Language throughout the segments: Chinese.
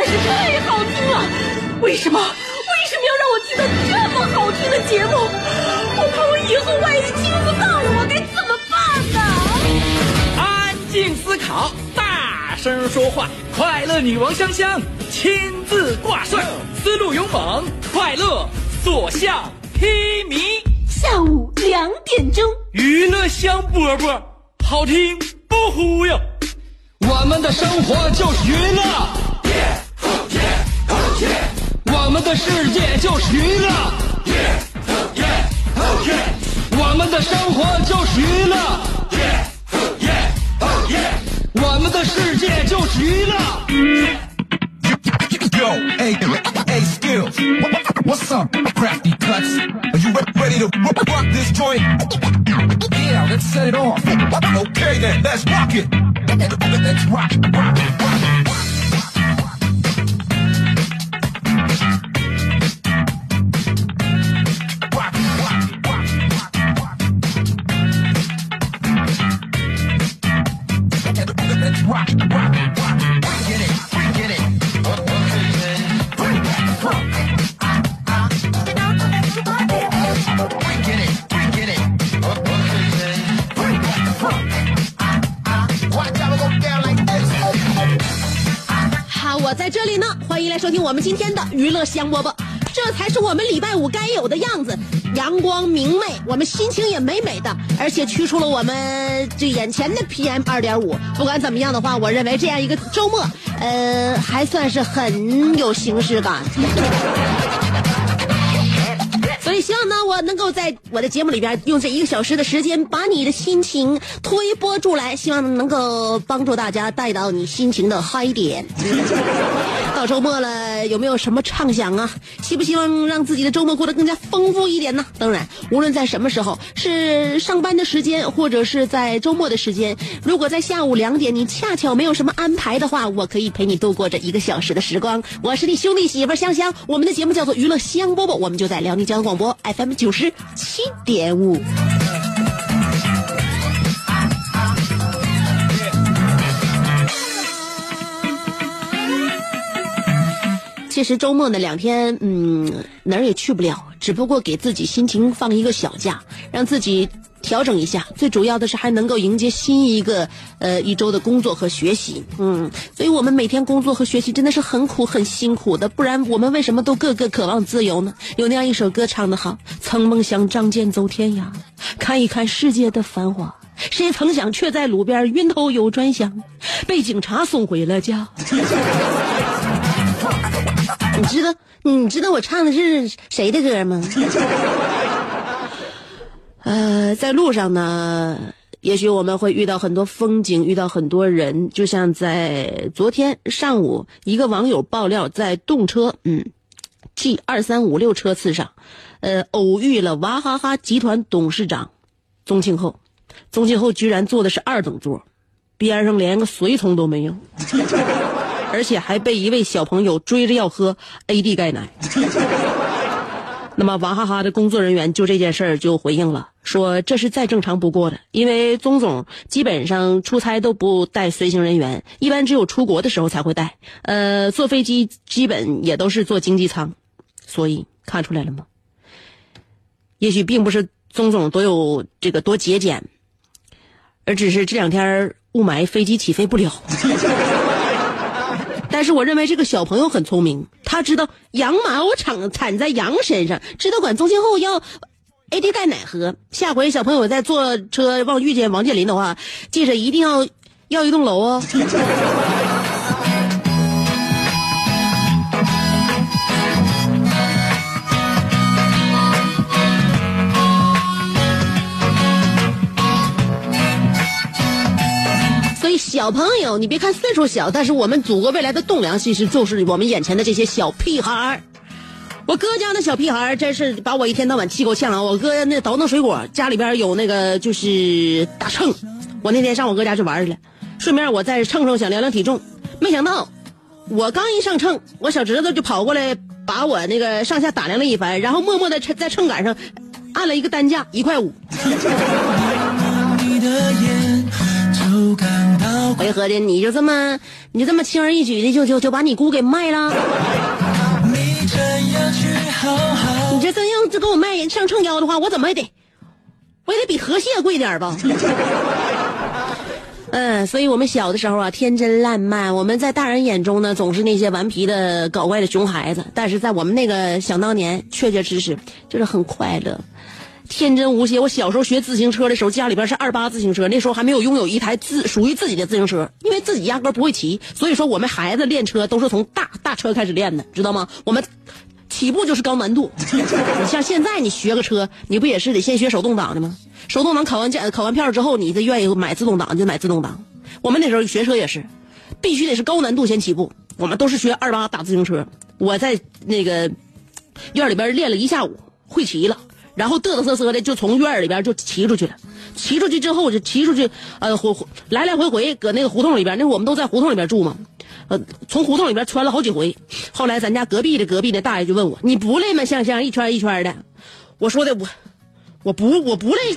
在是太好听了。为什么要让我听到这么好听的节目？我怕我以后万一听不到了，我该怎么办呢？ 安静思考，大声说话，快乐女王香香亲自挂帅，思路勇猛，快乐所向披靡。 下午2点钟， 娱乐香饽饽，好听不忽悠。 我们的生活就是娱乐，我们的世界就是娱乐，我们的生活就是娱乐，我们的世界就是娱乐。 Yo, hey, skills. What's up, crafty cuts? Are you ready to rock this joint? Yeah, let's set it off. Okay then, let's rock it. Let's rock. Let's rock. Get it. 好，我在这里呢，欢迎来收听我们今天的娱乐香饽饽，这才是我们礼拜五该有的样子，阳光明媚，我们心情也美美的，而且驱除了我们这眼前的 PM2.5。不管怎么样的话，我认为这样一个周末，还算是很有形式感。所以希望呢，我能够在我的节目里边用这1个小时的时间，把你的心情推波助澜，希望能够帮助大家带到你心情的嗨点。到周末了，有没有什么畅想啊？希不希望让自己的周末过得更加丰富一点呢？当然，无论在什么时候，是上班的时间，或者是在周末的时间，如果在下午2点你恰巧没有什么安排的话，我可以陪你度过这1个小时的时光。我是你兄弟媳妇香香，我们的节目叫做娱乐香饽饽，我们就在辽宁交通广播 FM 97.5。其实周末的2天，哪儿也去不了，只不过给自己心情放一个小假，让自己调整一下。最主要的是还能够迎接新一个一周的工作和学习。所以我们每天工作和学习真的是很苦很辛苦的，不然我们为什么都个个渴望自由呢？有那样一首歌唱得好，曾梦想仗剑走天涯，看一看世界的繁华，谁曾想却在路边晕头又转向，被警察送回了家。你知道我唱的是谁的歌吗？在路上呢，也许我们会遇到很多风景，遇到很多人，就像在昨天上午，一个网友爆料在动车G2356车次上，偶遇了娃哈哈集团董事长宗庆后。宗庆后居然坐的是2等座，边上连个随从都没有。而且还被一位小朋友追着要喝 AD 钙奶。那么娃哈哈的工作人员就这件事儿就回应了，说这是再正常不过的，因为宗总基本上出差都不带随行人员，一般只有出国的时候才会带，坐飞机基本也都是坐经济舱。所以看出来了吗？也许并不是宗总都有这个多节俭，而只是这2天雾霾，飞机起飞不了。但是我认为这个小朋友很聪明，他知道羊毛产在羊身上，知道管宗庆后要 AD 钙奶喝。下回小朋友在坐车遇见王健林的话，记着一定要一栋楼哦。小朋友，你别看岁数小，但是我们祖国未来的栋梁其实就是我们眼前的这些小屁孩。我哥家那小屁孩真是把我一天到晚气够呛啊！我哥那倒腾水果，家里边有那个就是大秤，我那天上我哥家去玩去了，顺便我再称想量量体重，没想到我刚一上秤，我小侄子就跑过来把我那个上下打量了一番，然后默默的在秤杆上按了一个单价1.5块。 你的眼就感到为何的你就这么轻而易举的就把你姑给卖了？你这样就给我卖上秤腰的话，我也得比河蟹贵点吧？所以我们小的时候啊，天真烂漫，我们在大人眼中呢，总是那些顽皮的搞怪的熊孩子，但是在我们那个想当年，确确实实就是很快乐，天真无邪。我小时候学自行车的时候，家里边是28自行车，那时候还没有拥有一台属于自己的自行车，因为自己压根不会骑，所以说我们孩子练车都是从大车开始练的，知道吗？我们起步就是高难度。你像现在你学个车，你不也是得先学手动挡的吗？手动挡考完票之后，你再愿意买自动挡就买自动挡。我们那时候学车也是，必须得是高难度先起步。我们都是学28打自行车，我在那个院里边练了一下午，会骑了，然后嘚嘚瑟瑟的就从院里边就骑出去了。骑出去之后就骑出去，来来回回搁那个胡同里边，那会儿我们都在胡同里边住嘛，从胡同里边穿了好几回。后来咱家隔壁的大爷就问我：“你不累吗？像一圈一圈的。”我说的我不累，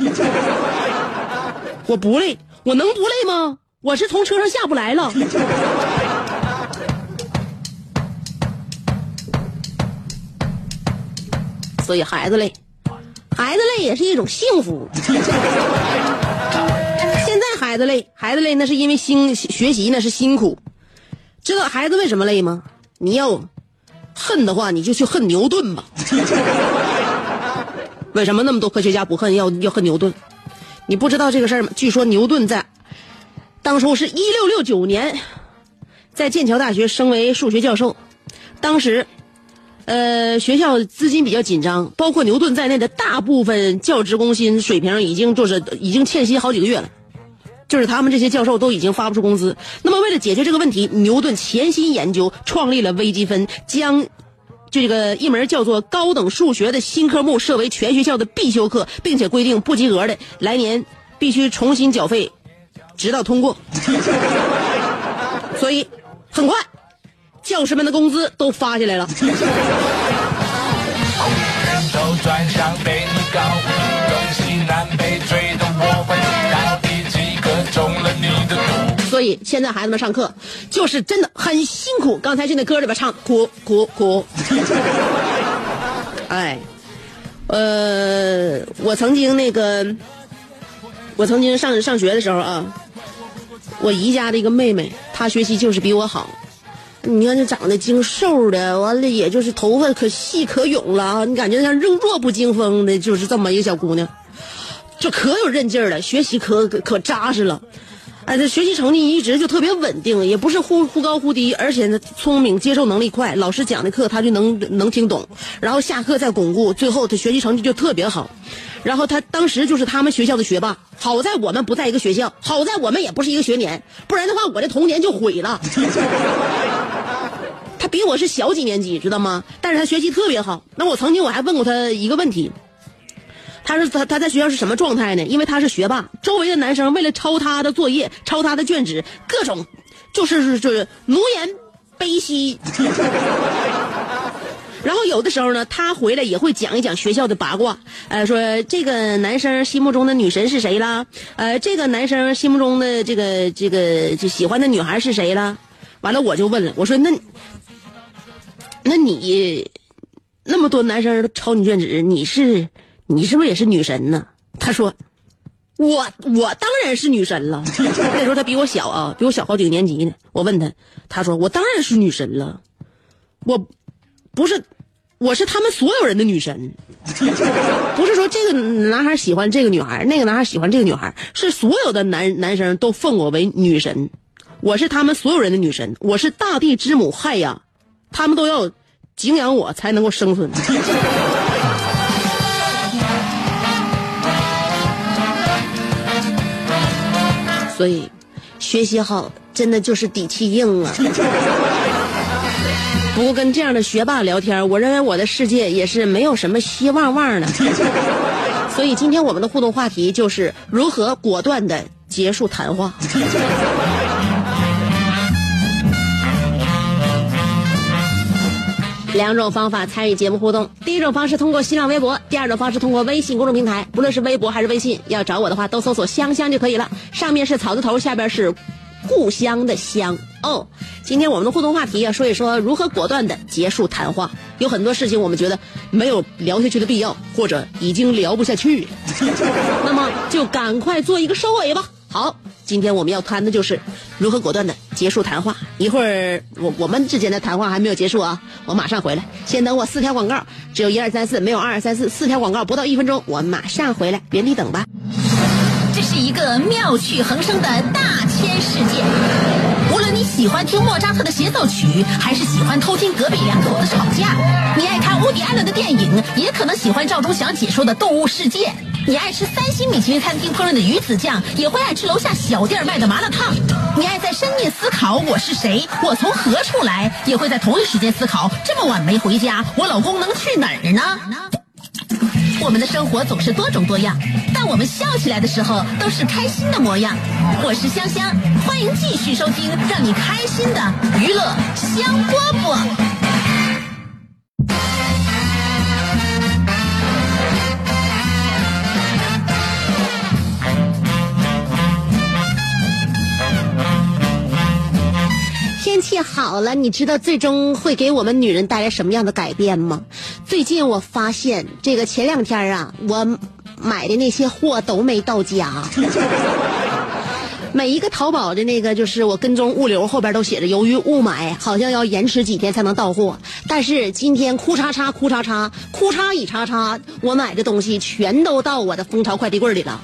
我不累，我能不累吗？我是从车上下不来了。所以孩子累也是一种幸福。现在孩子累那是因为学习那是辛苦。知道孩子为什么累吗？你要恨的话，你就去恨牛顿吧。为什么那么多科学家不恨要恨牛顿？你不知道这个事儿吗？据说牛顿在当初是1669年在剑桥大学升为数学教授。当时学校资金比较紧张，包括牛顿在内的大部分教职工薪水平已经欠薪好几个月了，就是他们这些教授都已经发不出工资。那么为了解决这个问题，牛顿潜心研究，创立了微积分，将这个一门叫做高等数学的新科目设为全学校的必修课，并且规定不及格的来年必须重新缴费直到通过。所以很快教师们的工资都发下来了。 转向北你高，东西南北追的我会到第几个中了你的毒。 所以现在孩子们上课就是真的很辛苦。刚才就那歌里边唱苦。哎，我曾经上学的时候啊，我姨家的一个妹妹，她学习就是比我好。你看这长得精瘦的，完了也就是头发可细可炯了，你感觉像弱不禁风的，就是这么一个小姑娘，就可有韧劲儿了，学习可扎实了。哎，这学习成绩一直就特别稳定，也不是忽高忽低，而且呢聪明，接受能力快，老师讲的课他就能听懂，然后下课再巩固，最后他学习成绩就特别好。然后他当时就是他们学校的学霸，好在我们不在一个学校，好在我们也不是一个学年，不然的话我的童年就毁了。他比我是小几年级，知道吗？但是他学习特别好。那我还问过他一个问题，他在学校是什么状态呢？因为他是学霸，周围的男生为了抄他的作业、抄他的卷纸，各种就是奴颜卑膝。然后有的时候呢，他回来也会讲一讲学校的八卦，说这个男生心目中的女神是谁啦？这个男生心目中的这个就喜欢的女孩是谁啦？完了我就问了，我说那你那么多男生都抄你卷纸，你是不是也是女神呢？他说我当然是女神了。那时候他比我小啊，比我小好几个年级呢。我问他，他说我当然是女神了，我是他们所有人的女神。不是说这个男孩喜欢这个女孩，那个男孩喜欢这个女孩，是所有的男生都奉我为女神，我是他们所有人的女神，我是大地之母亥呀，他们都要敬仰我才能够生存。所以学习好真的就是底气硬啊。不过跟这样的学霸聊天，我认为我的世界也是没有什么希望的。所以今天我们的互动话题就是如何果断的结束谈话。两种方法参与节目互动，第一种方式通过新浪微博，第二种方式通过微信公众平台。不论是微博还是微信，要找我的话都搜索香香就可以了，上面是草字头，下边是故乡的乡哦。今天我们的互动话题啊，说一说如何果断的结束谈话。有很多事情我们觉得没有聊下去的必要，或者已经聊不下去了那么就赶快做一个收尾吧。好，今天我们要谈的就是如何果断的结束谈话。一会儿我们之间的谈话还没有结束啊，我马上回来。先等我4条广告，只有1、2、3、4，没有2、2、3、4，4条广告不到1分钟，我马上回来，原地等吧。 这是一个妙趣横生的大千世界，无论你喜欢听莫扎特的协奏曲，还是喜欢偷听隔壁两口子吵架，你爱看伍迪·艾伦的电影，也可能喜欢赵忠祥解说的《动物世界》，你爱吃3星米其林餐厅烹饪的鱼子酱，也会爱吃楼下小店卖的麻辣烫。你爱在深夜思考我是谁，我从何处来，也会在同一时间思考这么晚没回家，我老公能去哪儿呢？我们的生活总是多种多样，但我们笑起来的时候都是开心的模样。我是香香，欢迎继续收听让你开心的娱乐香饽饽。 天气好了，你知道最终会给我们女人带来什么样的改变吗？最近我发现这个前2天啊，我买的那些货都没到家每一个淘宝的那个就是我跟踪物流后边都写着由于雾霾好像要延迟几天才能到货，但是今天哭嚓一叉叉，我买的东西全都到我的蜂巢快递柜里了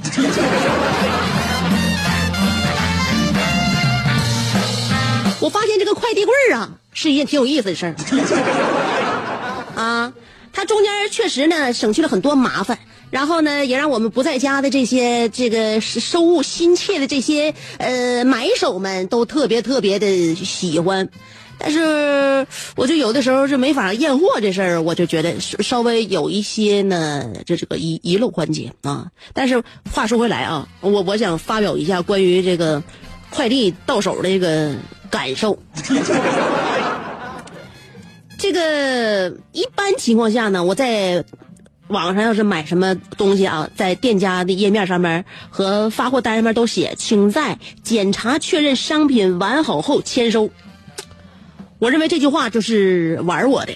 我发现这个快递柜啊是一件挺有意思的事儿啊，它中间确实呢省去了很多麻烦，然后呢也让我们不在家的这个收物心切的这些买手们都特别的喜欢。但是我就有的时候是没法验货这事儿，我就觉得稍微有一些呢这个遗漏环节啊。但是话说回来啊，我想发表一下关于这个快递到手的这个感受这个一般情况下呢，我在网上要是买什么东西啊，在店家的页面上面和发货单上面都写请在检查确认商品完好后签收。我认为这句话就是玩我的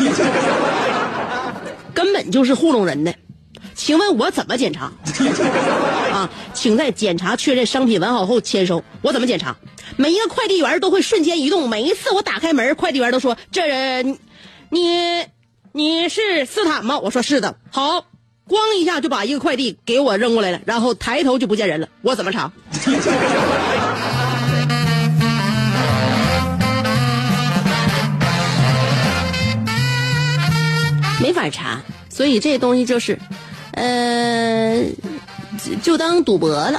根本就是糊弄人的。请问我怎么检查啊？请在检查确认商品完好后签收。我怎么检查？每一个快递员都会瞬间移动，每一次我打开门，快递员都说这人你是斯坦吗？我说是的。好，咣一下就把一个快递给我扔过来了，然后抬头就不见人了，我怎么查？没法查，所以这东西就是就当赌博了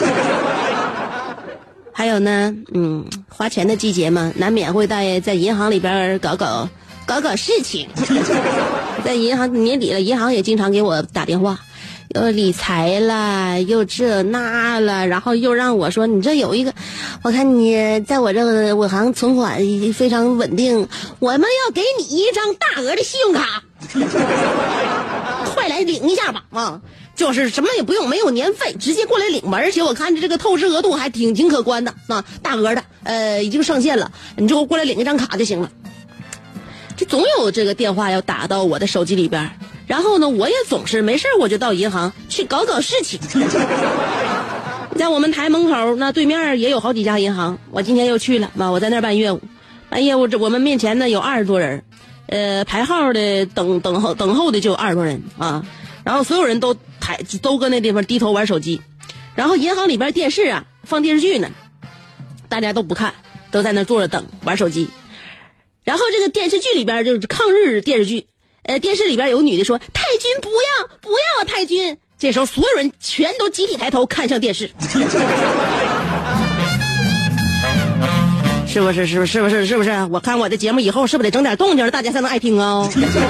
还有呢花钱的季节嘛，难免会在银行里边搞事情在银行年底了，银行也经常给我打电话，又理财了又这那了，然后又让我说你这有一个，我看你在我这个我行存款非常稳定，我们要给你一张大额的信用卡快来领一下吧啊！就是什么也不用，没有年费，直接过来领吧。而且我看着这个透支额度还挺可观的啊，大额的已经上线了，你就过来领一张卡就行了。这总有这个电话要打到我的手机里边，然后呢我也总是没事我就到银行去搞事情在我们台门口那对面也有好几家银行，我今天又去了嘛，我在那儿办业务我们面前呢有20多人，排号的等候的就有20多人啊，然后所有人都搁那地方低头玩手机，然后银行里边电视啊放电视剧呢，大家都不看，都在那坐着等玩手机。然后这个电视剧里边就是抗日电视剧，电视里边有女的说太君不要太君，这时候所有人全都集体抬头看向电视是不是？我看我的节目以后是不是得整点动静，大家才能爱听哦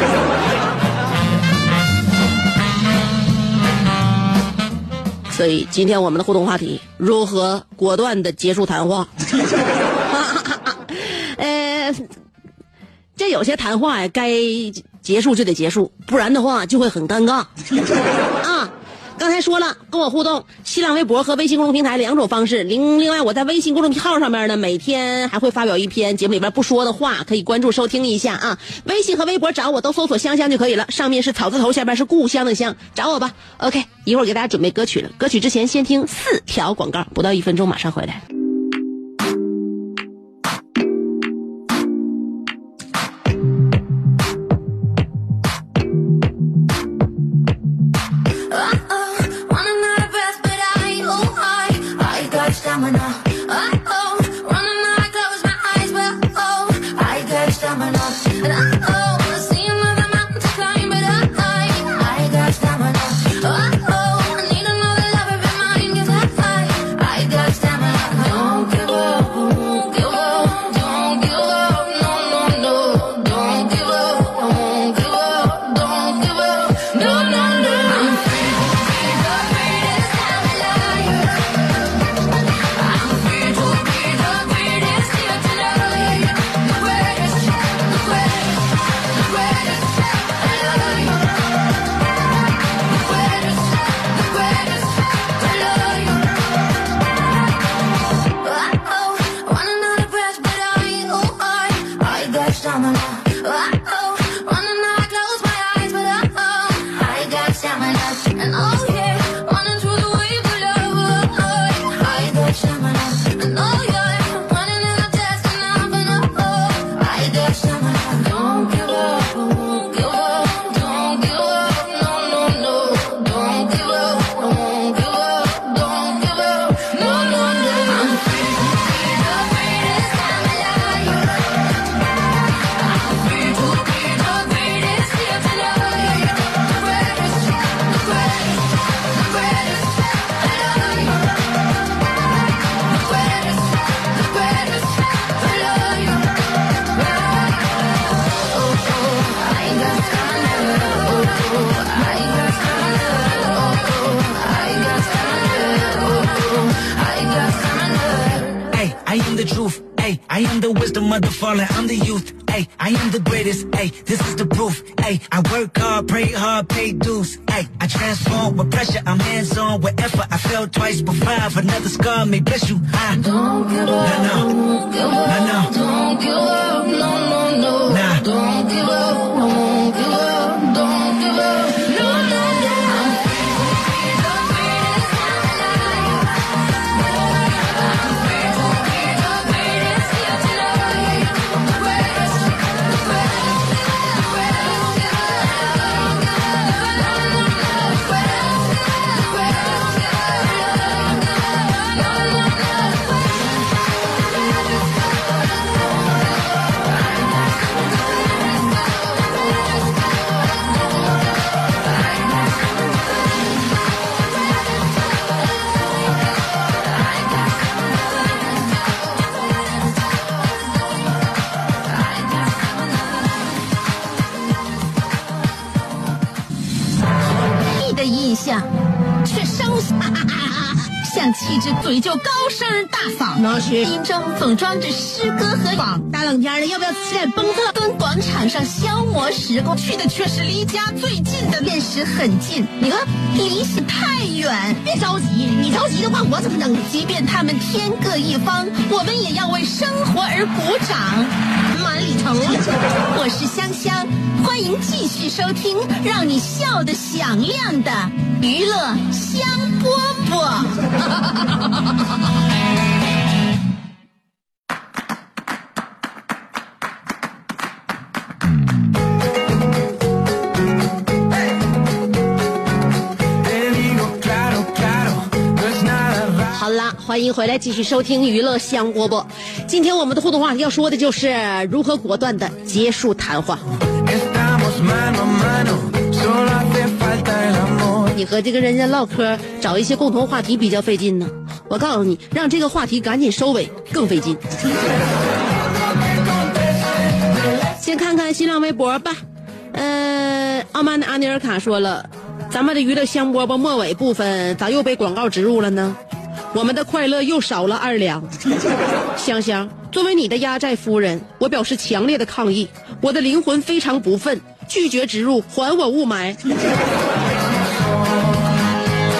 所以今天我们的互动话题，如何果断的结束谈话这有些谈话呀该结束就得结束，不然的话就会很尴尬啊。 刚才说了，跟我互动，新浪微博和微信公众平台2种方式。另外，我在微信公众号上面呢，每天还会发表一篇节目里边不说的话，可以关注收听一下啊。微信和微博找我都搜索香香就可以了，上面是草字头，下边是故乡的乡，找我吧。OK， 一会儿给大家准备歌曲了，歌曲之前先听4条广告，不到1分钟马上回来。 I am the wisdom of the fallen, I'm the youth, ayy, I am the greatest, ayy, this is the proof, ayy, I work hard, pray hard, pay dues, ayy, I transform with pressure, I'm hands-on with effort, I fell twice but 5, another scar may bless you, I don't give up, don't give up, don't give up, no, no, no, nah, don't give up, don't give up, don't give up, no, no, no. 却生像气质嘴就高声大嗓， 那是音正总装着诗歌和网。 大冷天的，要不要吃点崩特？ 跟广场上消磨时光，去的却是离家最近的，现实很近。你看，离是太远。 别着急，你着急的话，我怎么能？ 即便他们天各一方，我们也要为生活而鼓掌。 满里程了。 我是香香，欢迎继续收听让你笑得响亮的娱乐香饽饽。 好啦，欢迎回来继续收听娱乐香饽饽。今天我们的互动话题要说的就是如何果断的结束谈话。你和这个人家唠嗑，找一些共同话题比较费劲呢。我告诉你，让这个话题赶紧收尾更费劲。先看看新浪微博吧。傲慢的阿尼尔卡说了，咱们的娱乐香饽饽末尾部分咋又被广告植入了呢？我们的快乐又少了2两。香香，作为你的压寨夫人，我表示强烈的抗议，我的灵魂非常不忿，拒绝植入，还我雾霾。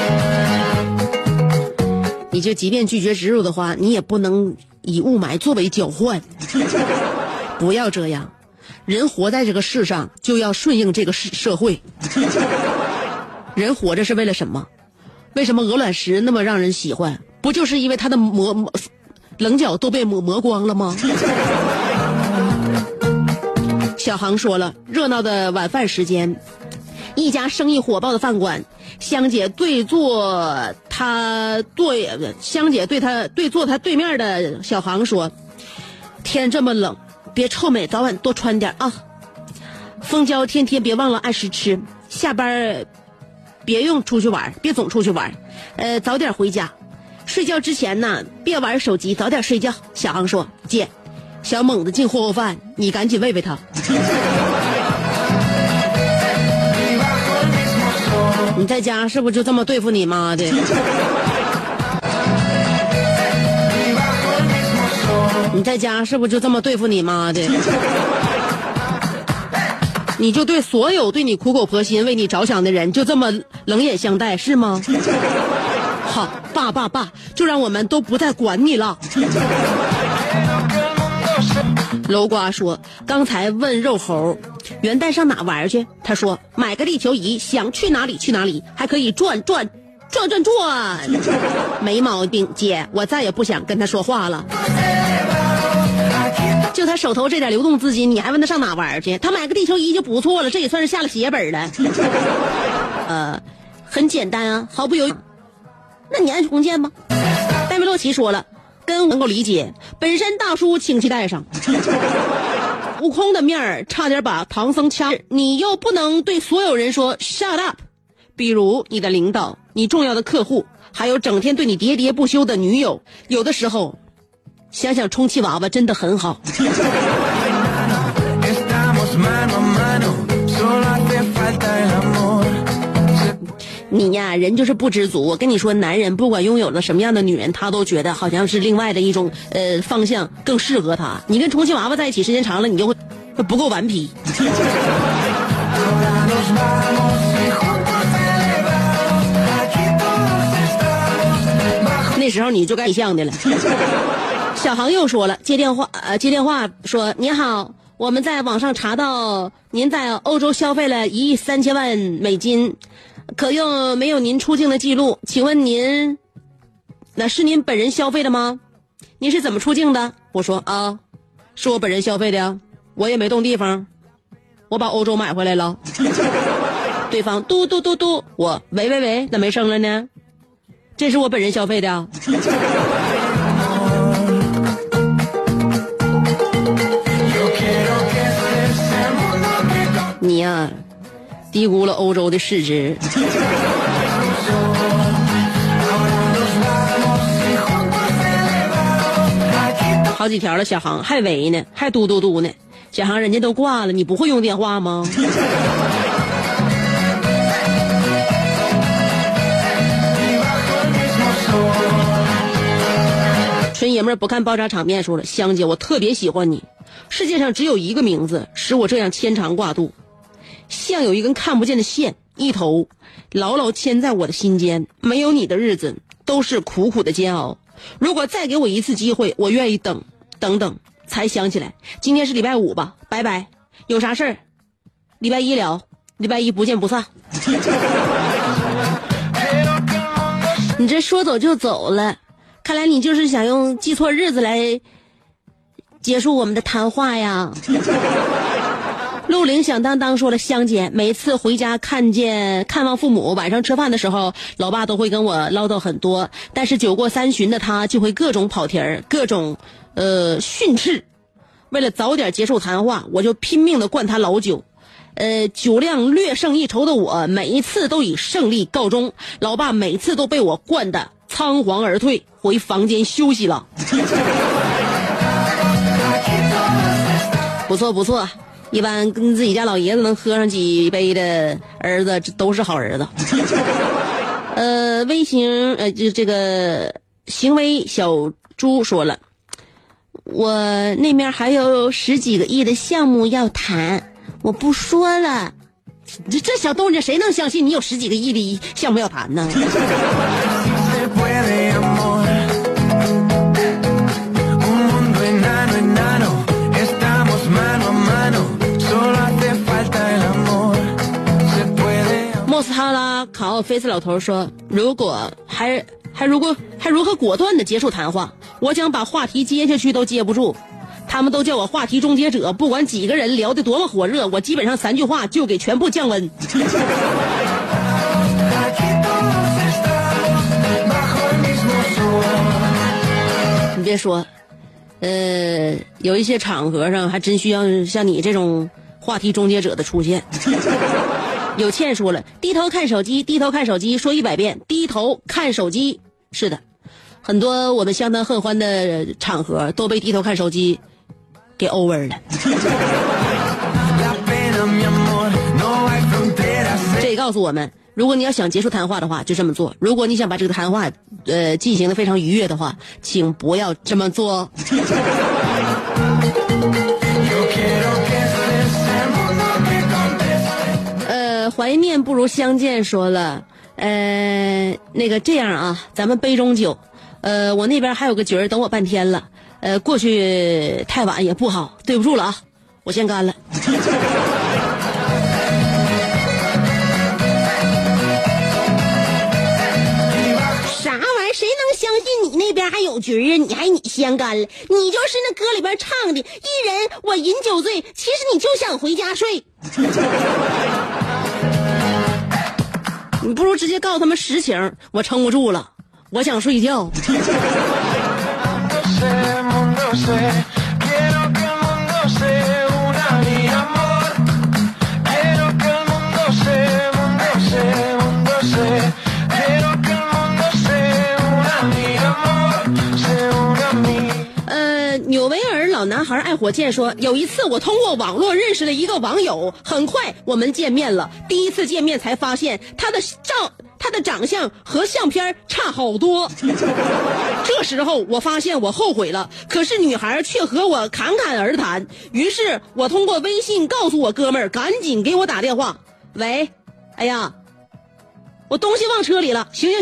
你就即便拒绝植入的话，你也不能以雾霾作为交换。不要这样，人活在这个世上就要顺应这个社会。人活着是为了什么？为什么鹅卵石那么让人喜欢？不就是因为它的棱角都被磨光了吗？小航说了，热闹的晚饭时间，一家生意火爆的饭馆，香姐对坐他对坐他对面的小航说，天这么冷，别臭美，早晚多穿点啊。蜂胶天天别忘了按时吃，下班别总出去玩，早点回家，睡觉之前呢别玩手机，早点睡觉。小航说，姐，小猛子进货后饭，你赶紧喂喂他。你在家是不是就这么对付你妈的？你在家是不是就这么对付你妈的？你就对所有对你苦口婆心为你着想的人就这么冷眼相待是吗？好，爸，就让我们都不再管你了。楼瓜说，刚才问肉猴元旦上哪玩去，他说买个地球仪，想去哪里去哪里，还可以转，没毛病。姐，我再也不想跟他说话了。就他手头这点流动资金，你还问他上哪玩去？他买个地球仪就不错了，这也算是下了血本了。很简单啊，毫不犹豫。那你按重建吧。戴梅洛奇说了，跟能够理解，本身大叔请期待上。悟空的面儿差点把唐僧掐，你又不能对所有人说 shut up， 比如你的领导、你重要的客户，还有整天对你喋喋不休的女友。有的时候想想充气娃娃真的很好。你呀，人就是不知足。我跟你说，男人不管拥有了什么样的女人，他都觉得好像是另外的一种方向更适合他。你跟充气娃娃在一起时间长了，你就会不够顽皮。那时候你就该像的了。小航又说了，接电话说，你好，我们在网上查到您在欧洲消费了1亿3000万美金，可又没有您出境的记录，请问您那是您本人消费的吗？您是怎么出境的？我说啊，是我本人消费的呀，我也没动地方，我把欧洲买回来了。对方嘟，我喂，咋没声了呢？这是我本人消费的啊。你呀，低估了欧洲的市值。好几条了，小航还喂呢，还嘟呢。小航人家都挂了，你不会用电话吗？纯爷们儿不看爆炸场面说了，香姐，我特别喜欢你，世界上只有一个名字使我这样牵肠挂肚，像有一根看不见的线，一头牢牢牵在我的心间，没有你的日子都是苦苦的煎熬。如果再给我一次机会，我愿意等。才想起来今天是礼拜5吧，拜拜，有啥事儿礼拜1聊，礼拜1不见不散。你这说走就走了，看来你就是想用记错日子来结束我们的谈话呀。陆凌响当当说了，香姐，每次回家看望父母，晚上吃饭的时候，老爸都会跟我唠叨很多，但是酒过3巡的他就会各种跑题儿，各种训斥。为了早点结束谈话，我就拼命的灌他老酒。酒量略胜一筹的我，每一次都以胜利告终。老爸每次都被我灌得仓皇而退，回房间休息了。不错，一般跟自己家老爷子能喝上几杯的儿子，这都是好儿子。微型这个行为小猪说了，我那面还有10几个亿的项目要谈，我不说了。这小动静谁能相信你有10几个亿的项目要谈呢？ 后菲斯老头说，如果如何果断的结束谈话，我想把话题接下去都接不住。他们都叫我话题终结者，不管几个人聊得多么火热，我基本上3句话就给全部降温。你别说，有一些场合上还真需要像你这种话题终结者的出现。有倩说了，低头看手机，低头看手机，说100遍，低头看手机。是的，很多我们相当恨欢的场合都被低头看手机给 over 了。这也告诉我们，如果你要想结束谈话的话，就这么做；如果你想把这个谈话进行的非常愉悦的话，请不要这么做。怀念不如相见说了，那个这样啊，咱们杯中酒，我那边还有个局儿等我半天了，过去太晚也不好，对不住了啊，我先干了。啥玩意儿？谁能相信你那边还有局儿啊？你先干了，你就是那歌里边唱的，一人我饮酒醉，其实你就想回家睡。你不如直接告诉他们实情，我撑不住了，我想睡觉。纽维尔老男孩爱火箭说，有一次我通过网络认识了一个网友，很快我们见面了。第一次见面才发现他的长相和相片差好多。这时候我发现我后悔了，可是女孩却和我侃侃而谈。于是我通过微信告诉我哥们儿，赶紧给我打电话。喂，哎呀，我东西忘车里了。行，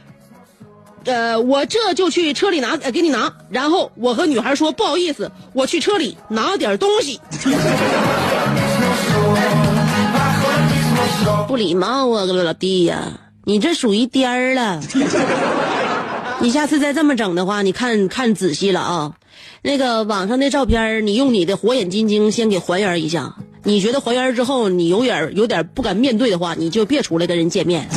我这就去车里给你拿。然后我和女孩说，不好意思，我去车里拿点东西。不礼貌啊，老弟呀，你这属于颠儿了。你下次再这么整的话，你看仔细了啊。那个网上的照片，你用你的火眼金睛先给还原一下。你觉得还原之后你有点不敢面对的话，你就别出来跟人见面。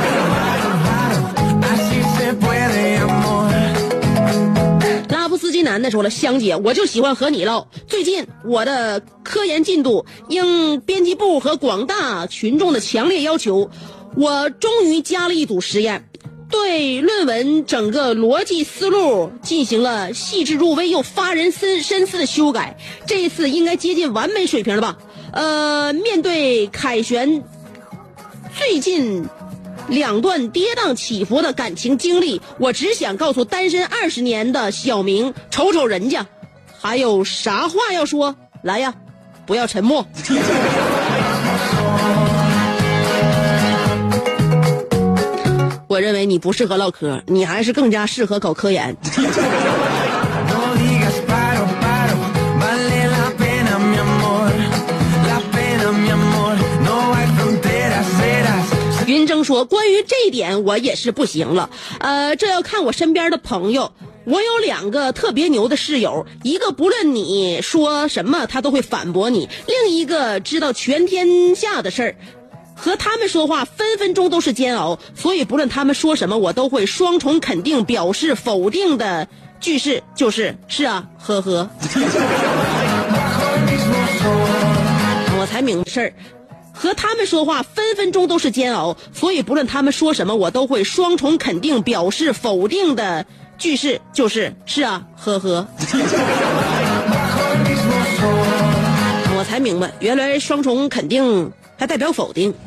拉布斯基男的说了，香姐，我就喜欢和你唠。最近我的科研进度应编辑部和广大群众的强烈要求，我终于加了一组实验，对论文整个逻辑思路进行了细致入微又发人深思的修改。这一次应该接近完美水平了吧？面对凯旋最近2段跌宕起伏的感情经历，我只想告诉单身20年的小明，瞅瞅人家，还有啥话要说？来呀，不要沉默。我认为你不适合唠嗑，你还是更加适合搞科研。云峥说，关于这一点我也是不行了，这要看我身边的朋友。我有2个特别牛的室友，一个不论你说什么他都会反驳你，另一个知道全天下的事儿，和他们说话分分钟都是煎熬，所以不论他们说什么我都会双重肯定，表示否定的句式就是是啊，呵呵。我才明白事儿，和他们说话分分钟都是煎熬，所以不论他们说什么我都会双重肯定，表示否定的句式就是是啊，呵呵。我才明白原来双重肯定还代表否定。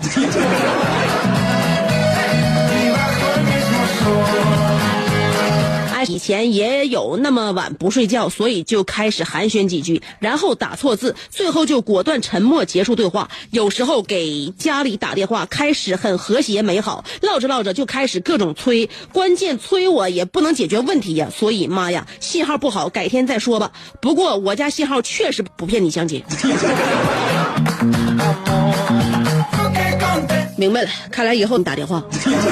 以前也有那么晚不睡觉，所以就开始寒暄几句，然后打错字，最后就果断沉默结束对话。有时候给家里打电话，开始很和谐美好，唠着唠着就开始各种催，关键催我也不能解决问题呀，所以妈呀，信号不好，改天再说吧。不过我家信号确实不骗你，香姐。 明白了，看来以后你打电话。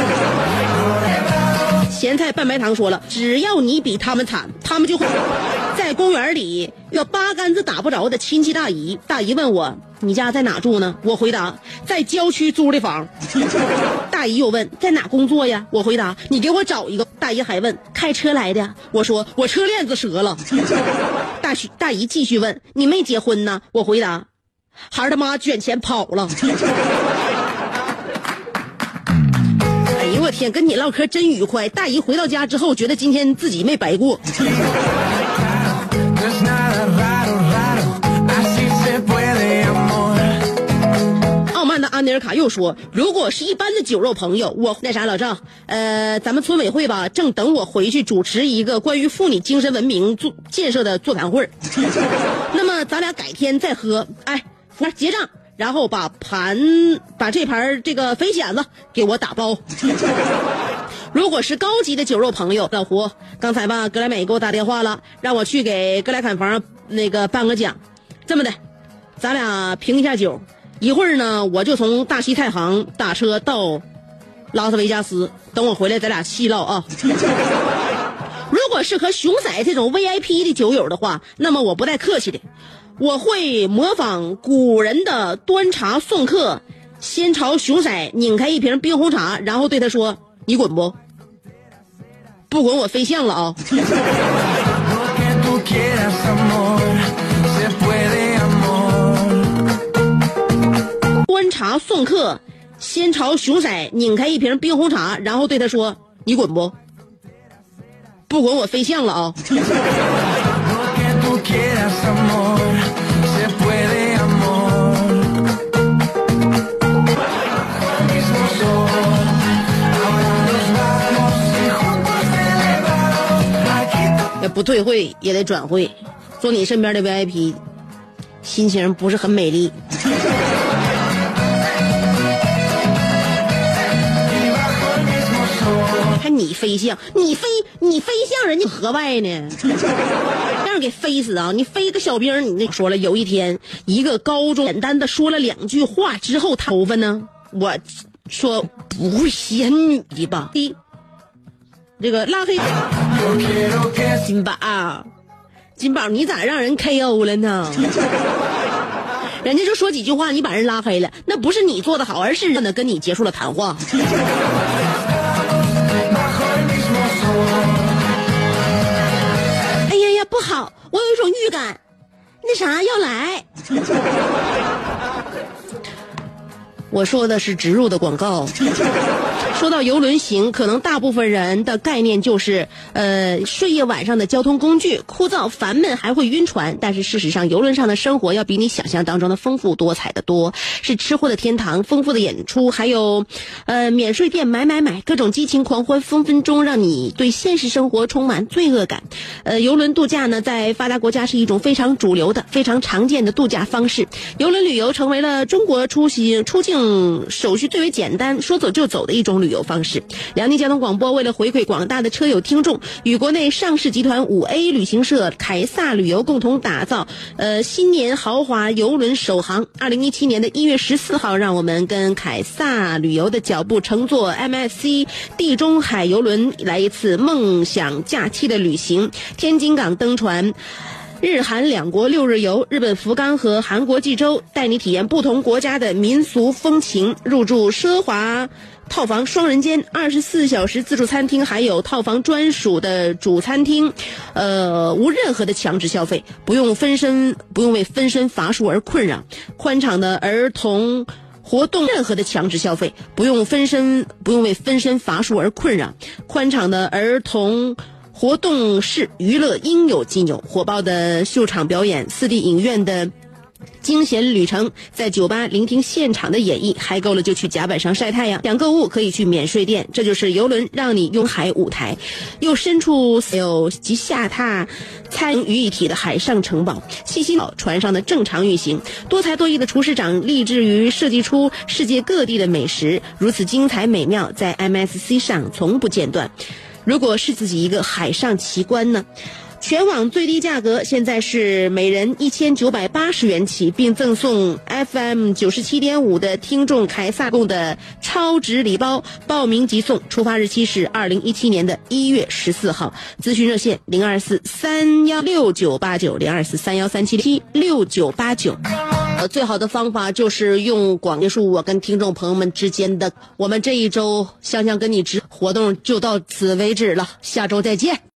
咸菜拌白糖说了，只要你比他们惨，他们就会。在公园里有八竿子打不着的亲戚大姨，大姨问我你家在哪住呢？我回答在郊区租的房。大姨又问在哪工作呀？我回答你给我找一个。大姨还问开车来的？我说我车链子折了。大姨继续问你没结婚呢？我回答孩儿他妈卷钱跑了。哎呦我天，跟你唠嗑真愉快。大姨回到家之后觉得今天自己没白过。傲慢的安尼尔卡又说，如果是一般的酒肉朋友，我那啥老赵，咱们村委会吧正等我回去主持一个关于妇女精神文明建设的座谈会。那么咱俩改天再喝，哎，结账，然后把这盘这个肥蚬子给我打包。如果是高级的酒肉朋友，老胡，刚才吧格莱美给我打电话了，让我去给格莱砍房那个颁个奖。这么的，咱俩评一下酒，一会儿呢我就从大西太行打车到拉斯维加斯，等我回来咱俩细唠啊。如果是和熊仔这种 VIP 的酒友的话，那么我不带客气的，我会模仿古人的端茶送客，先朝熊仔拧开一瓶冰红茶，然后对他说你滚不滚我飞象了啊。端茶送客，先朝熊仔拧开一瓶冰红茶，然后对他说你滚不滚我飞象了啊。不退会也得转会，做你身边的 VIP 心情不是很美丽。还你飞象，你飞象人家河外呢，让人给飞死啊！你飞个小兵，你那说了，有一天一个高中简单的说了2句话之后，他头发呢，我说不会仙女的吧？这个拉黑金宝你咋让人 KO 了呢？人家就说几句话你把人拉黑了，那不是你做的好，而是呢跟你结束了谈话。哎呀呀不好，我有一种预感那啥要来。我说的是植入的广告。说到邮轮行，可能大部分人的概念就是睡夜晚上的交通工具，枯燥烦闷还会晕船。但是事实上邮轮上的生活要比你想象当中的丰富多彩的多，是吃货的天堂，丰富的演出，还有免税店买各种激情狂欢，分分钟让你对现实生活充满罪恶感。邮轮度假呢在发达国家是一种非常主流的非常常见的度假方式，邮轮旅游成为了中国出境手续最为简单，说走就走的一种旅游方式。辽宁交通广播为了回馈广大的车友听众，与国内上市集团5A 旅行社凯撒旅游共同打造新年豪华邮轮首航。2017年的1月14号，让我们跟凯撒旅游的脚步，乘坐 MSC 地中海邮轮来一次梦想假期的旅行。天津港登船，日韩2国6日游，日本福冈和韩国济州，带你体验不同国家的民俗风情，入住奢华套房双人间，24小时自助餐厅，还有套房专属的主餐厅，无任何的强制消费，不用为分身乏术而困扰，宽敞的儿童活动，任何的强制消费，不用为分身乏术而困扰，宽敞的儿童活动室娱乐应有尽有，火爆的秀场表演，4D 影院的惊险旅程，在酒吧聆听现场的演绎，嗨够了就去甲板上晒太阳，想购物可以去免税店。这就是邮轮让你拥海舞台，又深处有及下榻参与一体的海上城堡，细心船上的正常运行，多才多艺的厨师长立志于设计出世界各地的美食，如此精彩美妙，在 MSC 上从不间断。如果是自己一个海上奇观呢， 全网最低价格现在是每人1980元起，并赠送 FM 97.5的听众凯撒贡的超值礼包，报名即送，出发日期是2017年的1月14号。咨询热线024-316989，024-31376989。最好的方法就是用广结束我跟听众朋友们之间的我们这一周香香跟你直活动就到此为止了，下周再见。